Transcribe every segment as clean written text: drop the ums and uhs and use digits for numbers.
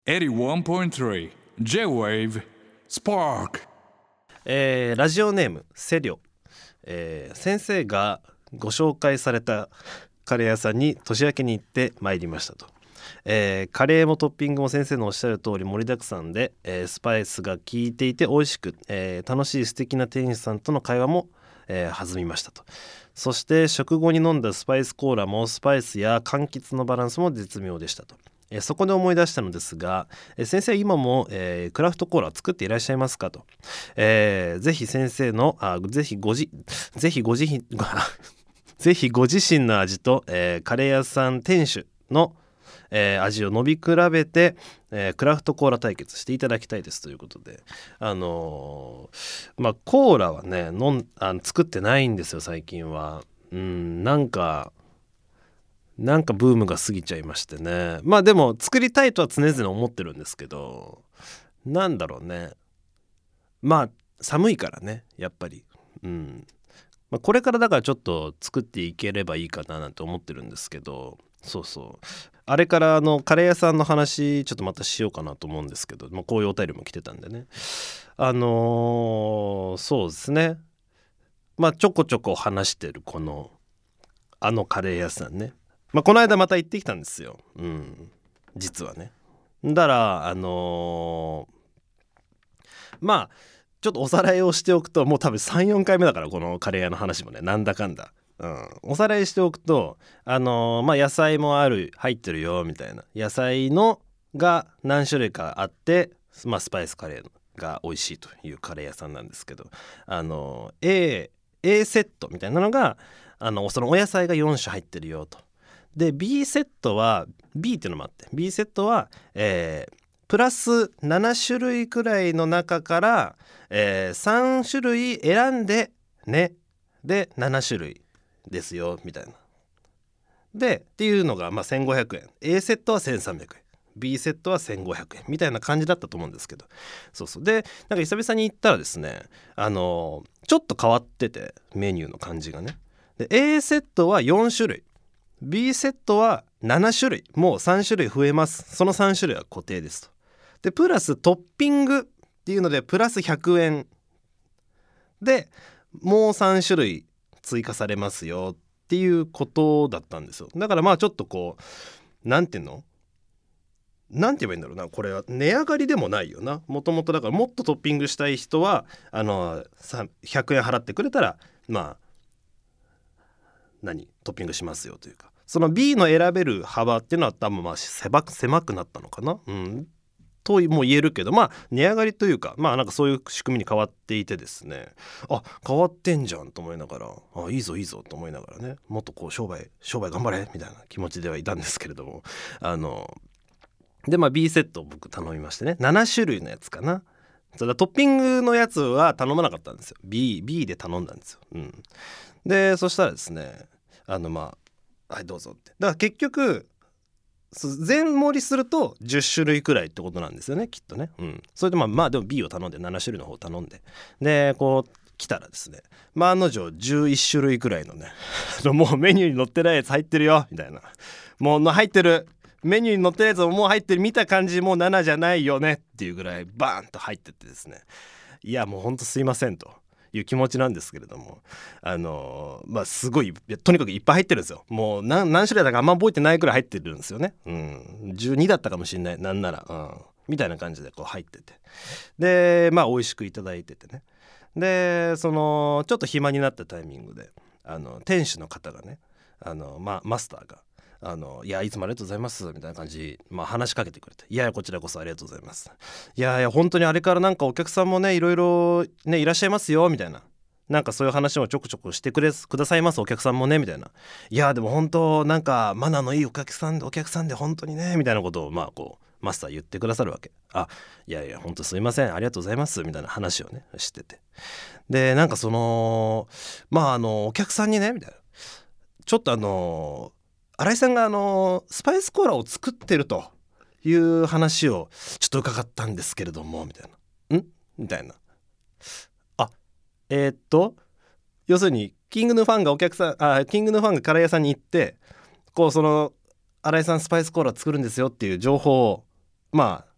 81.3 J-Wave Spark。 ラジオネームセリョ、先生がご紹介されたカレー屋さんに年明けに行ってまいりましたと。カレーもトッピングも先生のおっしゃる通り盛りだくさんで、スパイスが効いていて美味しく、楽しい素敵な店主さんとの会話も、弾みましたと。そして食後に飲んだスパイスコーラもスパイスや柑橘のバランスも絶妙でしたと。そこで思い出したのですが、先生今も、クラフトコーラを作っていらっしゃいますかと。ぜひ先生のぜひご自身の味と、カレー屋さん店主の、味を飲み比べて、クラフトコーラ対決していただきたいですということで、コーラはね作ってないんですよ最近は。なんかブームが過ぎちゃいましてね。でも作りたいとは常々思ってるんですけど、なんだろうね、寒いからねやっぱり、これからだからちょっと作っていければいいかななんて思ってるんですけど、あれからカレー屋さんの話ちょっとまたしようかなと思うんですけど、こういうお便りも来てたんでね、そうですね、ちょこちょこ話してるカレー屋さんね、この間また行ってきたんですよ、実はね。だからちょっとおさらいをしておくと、もう多分 3,4 回目だからこのカレー屋の話もね、なんだかんだ、おさらいしておくと野菜も入ってるよみたいな、野菜が何種類かあって、スパイスカレーが美味しいというカレー屋さんなんですけど、A セットみたいなのがそのお野菜が4種入ってるよと。で B セットは B っていうのもあって、 B セットは、プラス7種類くらいの中から、3種類選んでね、で7種類ですよみたいな。でっていうのが1,500円、 A セットは1,300円、 B セットは1,500円みたいな感じだったと思うんですけど、で久々に行ったらですね、ちょっと変わってて、メニューの感じがね。で A セットは4種類、 B セットは7種類、もう3種類増えます。その3種類は固定ですと。でプラストッピングっていうのでプラス100円でもう3種類追加されますよっていうことだったんですよ。だからちょっとなんて言えばいいんだろうな、これは値上がりでもないよな。もともとだからもっとトッピングしたい人は100円払ってくれたらトッピングしますよというか、その B の選べる幅っていうのは多分狭くなったのかな、とも言えるけど、値上がりというかそういう仕組みに変わっていてですね、変わってんじゃんと思いながら、いいぞと思いながらね、もっと商売頑張れみたいな気持ちではいたんですけれども、でB セットを僕頼みましてね、7種類のやつかな。トッピングのやつは頼まなかったんですよ。 B で頼んだんですよ。でそしたらですね、はいどうぞって。だから結局全盛りすると10種類くらいってことなんですよね、きっとね。それででも B を頼んで7種類の方を頼んで、で来たらですね、案の定11種類くらいのねもうメニューに載ってないやつ入ってるよみたいな、もう入ってるメニューに載ってるやつももう入ってる、見た感じもう7じゃないよねっていうぐらいバーンと入ってってですね、いやもうほんとすいませんという気持ちなんですけれども、すごいとにかくいっぱい入ってるんですよ。もう何種類だかあんま覚えてないくらい入ってるんですよね。12だったかもしれない、なんなら、みたいな感じで入ってて、で美味しくいただいててね。でちょっと暇になったタイミングで店主の方がね、マスターがいやいつもありがとうございますみたいな感じ、話しかけてくれて、いやこちらこそありがとうございます、いや本当にあれからお客さんもねいろいろねいらっしゃいますよみたいな、そういう話もちょくちょくしてくださいますお客さんもねみたいな、いやでも本当マナーのいいお客さんで本当にねみたいなことをマスター言ってくださるわけ。いや本当すいませんありがとうございますみたいな話をねしてて、でお客さんにねみたいな、ちょっと新井さんがスパイスコーラを作ってるという話をちょっと伺ったんですけれどもみたいな、みたいな、要するにキングヌーファンがカレー屋さんに行って新井さんスパイスコーラ作るんですよっていう情報を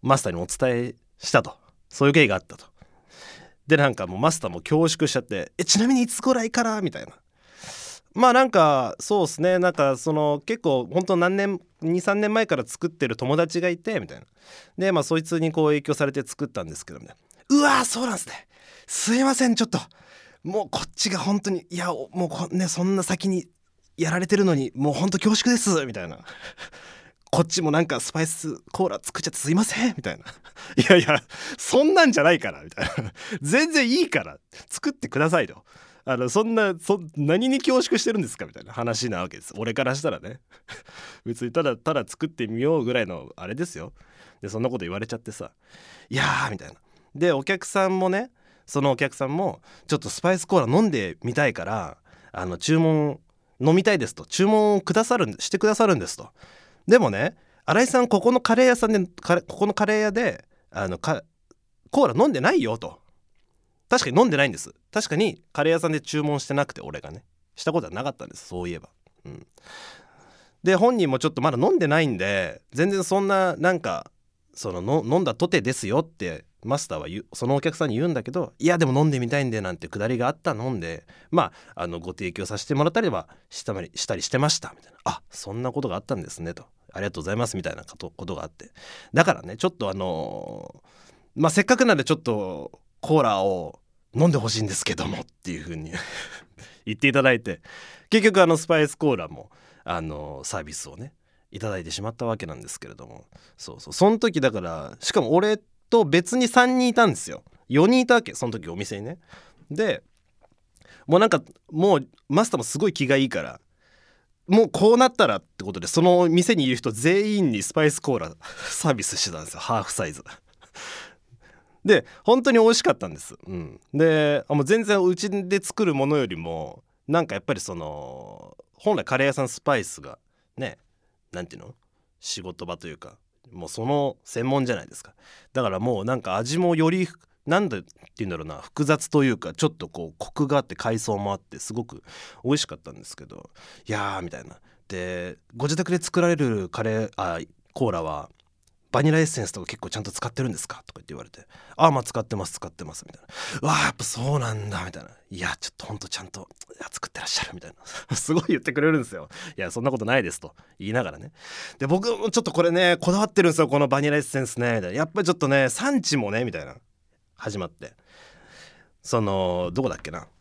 マスターにお伝えしたと、そういう経緯があったと。でなんかもうマスターも恐縮しちゃって、ちなみにいつぐらいからみたいな。まあなんかそうですね、なんかその結構本当何年 2,3 年前から作ってる友達がいてみたいな。でまあそいつにこう影響されて作ったんですけどね。うわーそうなんですね、すいません、ちょっともうこっちが本当にいやもうねそんな先にやられてるのにもう本当恐縮ですみたいな。こっちもなんかスパイスコーラ作っちゃってすいませんみたいな。いやいやそんなんじゃないからみたいな。全然いいから作ってくださいと。そんな何に恐縮してるんですかみたいな話なわけです。俺からしたらね。別にただ作ってみようぐらいのあれですよ。でそんなこと言われちゃってさ、いやーみたいな。でお客さんもね、そのお客さんもちょっとスパイスコーラ飲んでみたいから注文飲みたいですと、注文をしてくださるんですと。でもね新井さんここのカレー屋さんでここのカレー屋でコーラ飲んでないよと。確かに飲んでないんです。確かにカレー屋さんで注文してなくて、俺がねしたことはなかったんです、そういえば。で本人もちょっとまだ飲んでないんで、全然そんななんか飲んだとてですよってマスターはそのお客さんに言うんだけど、いやでも飲んでみたいんでなんてくだりがあったので、まあご提供させてもらったりはしたりしてましたみたいな。あ、そんなことがあったんですねと、ありがとうございますみたいなことがあって、だからねちょっとせっかくなんでちょっとコーラを飲んでほしいんですけどもっていう風に言っていただいて、結局スパイスコーラもサービスをねいただいてしまったわけなんですけれども、その時だから、しかも俺と別に3人いたんですよ。4人いたわけ、その時お店にね。でもうマスターもすごい気がいいから、もうこうなったらってことでその店にいる人全員にスパイスコーラサービスしてたんですよ、ハーフサイズで本当に美味しかったんです、でもう全然うちで作るものよりもなんかやっぱり本来カレー屋さんスパイスがね、なんていうの、仕事場というかもうその専門じゃないですか。だからもうなんか味もよりなんだっていうんだろうな、複雑というかちょっとこうコクがあって海藻もあってすごく美味しかったんですけど、いやーみたいな。でご自宅で作られるコーラはバニラエッセンスとか結構ちゃんと使ってるんですかとか言われて、まあ使ってますみたいな。うわーやっぱそうなんだみたいな。いやちょっとほんとちゃんと作ってらっしゃるみたいなすごい言ってくれるんですよ。いやそんなことないですと言いながらね。で僕もちょっとこれねこだわってるんですよ、このバニラエッセンスねみたいな。やっぱりちょっとね産地もねみたいな始まって、どこだっけな、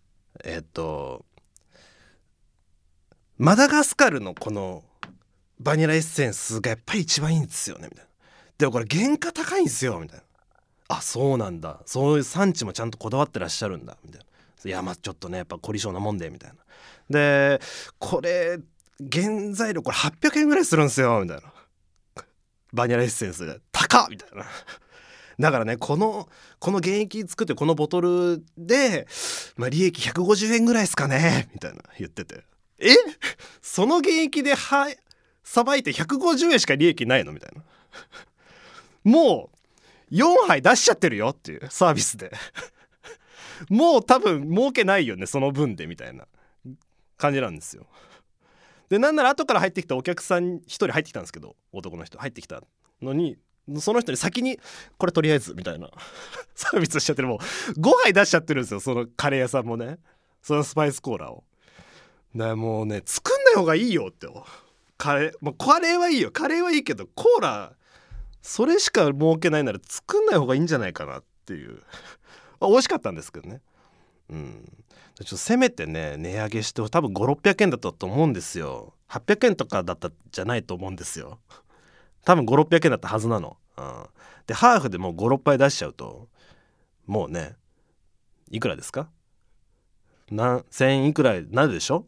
マダガスカルのこのバニラエッセンスがやっぱり一番いいんですよねみたいな。でもこれ原価高いんですよみたいな。あ、そうなんだ、そういう産地もちゃんとこだわってらっしゃるんだみたいな。いやまあちょっとねやっぱ凝り性なもんでみたいな。でこれ原材料これ800円ぐらいするんですよみたいな。バニラエッセンスで高っみたいな。だからねこの原液作ってこのボトルで、利益150円ぐらいですかねみたいな言ってて、その原液でさばいて150円しか利益ないのみたいな。もう4杯出しちゃってるよっていうサービスでもう多分儲けないよねその分でみたいな感じなんですよ。でなんなら後から入ってきたお客さん1人入ってきたんですけど、男の人入ってきたのにその人に先にこれとりあえずみたいなサービスしちゃってる。もう5杯出しちゃってるんですよ、そのカレー屋さんもね、そのスパイスコーラを。だからもうね作んない方がいいよって。カレーはいいよ、カレーはいいけどコーラそれしか儲けないなら作んない方がいいんじゃないかなっていう美味しかったんですけどね。ちょっとせめてね値上げして多分500-600円だったと思うんですよ。800円とかだったじゃないと思うんですよ。多分500-600円だったはずなの。でハーフでもう5-6杯出しちゃうともうねいくらですか、1000円いくらになるでしょ。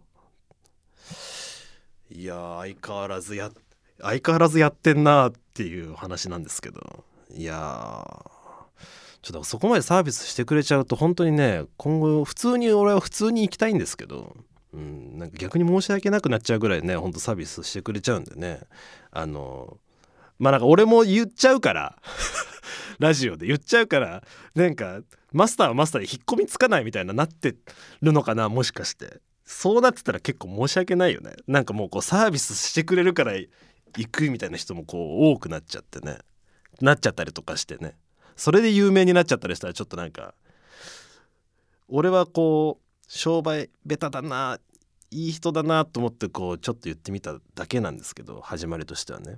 いや相変わらずやってんなっていう話なんですけど、いやちょっとそこまでサービスしてくれちゃうと本当にね今後俺は普通に行きたいんですけど、なんか逆に申し訳なくなっちゃうぐらいね本当サービスしてくれちゃうんでね、なんか俺も言っちゃうからラジオで言っちゃうからなんかマスターはマスターで引っ込みつかないみたいなってるのかな、もしかして。そうなってたら結構申し訳ないよね。なんかもうサービスしてくれるから行くみたいな人も多くなっちゃってね、 なっちゃったりとかしてね、それで有名になっちゃったりしたらちょっとなんか俺はこう商売ベタだないい人だなと思ってこうちょっと言ってみただけなんですけど、始まりとしてはね、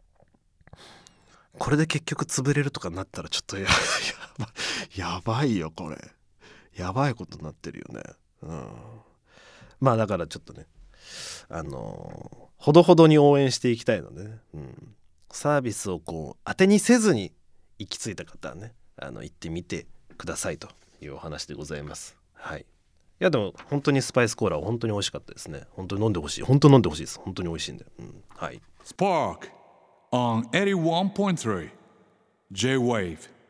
これで結局潰れるとかなったらちょっとやばいよ、これやばいことになってるよね。まあだからちょっとねほどほどに応援していきたいのでね、サービスをこう当てにせずに行き着いた方はね行ってみてくださいというお話でございます。はい。いやでも本当にスパイスコーラは本当に美味しかったですね。本当に飲んでほしい、本当に飲んでほしいです。本当に美味しいんで、はい。 Spark on 81.3 J-Wave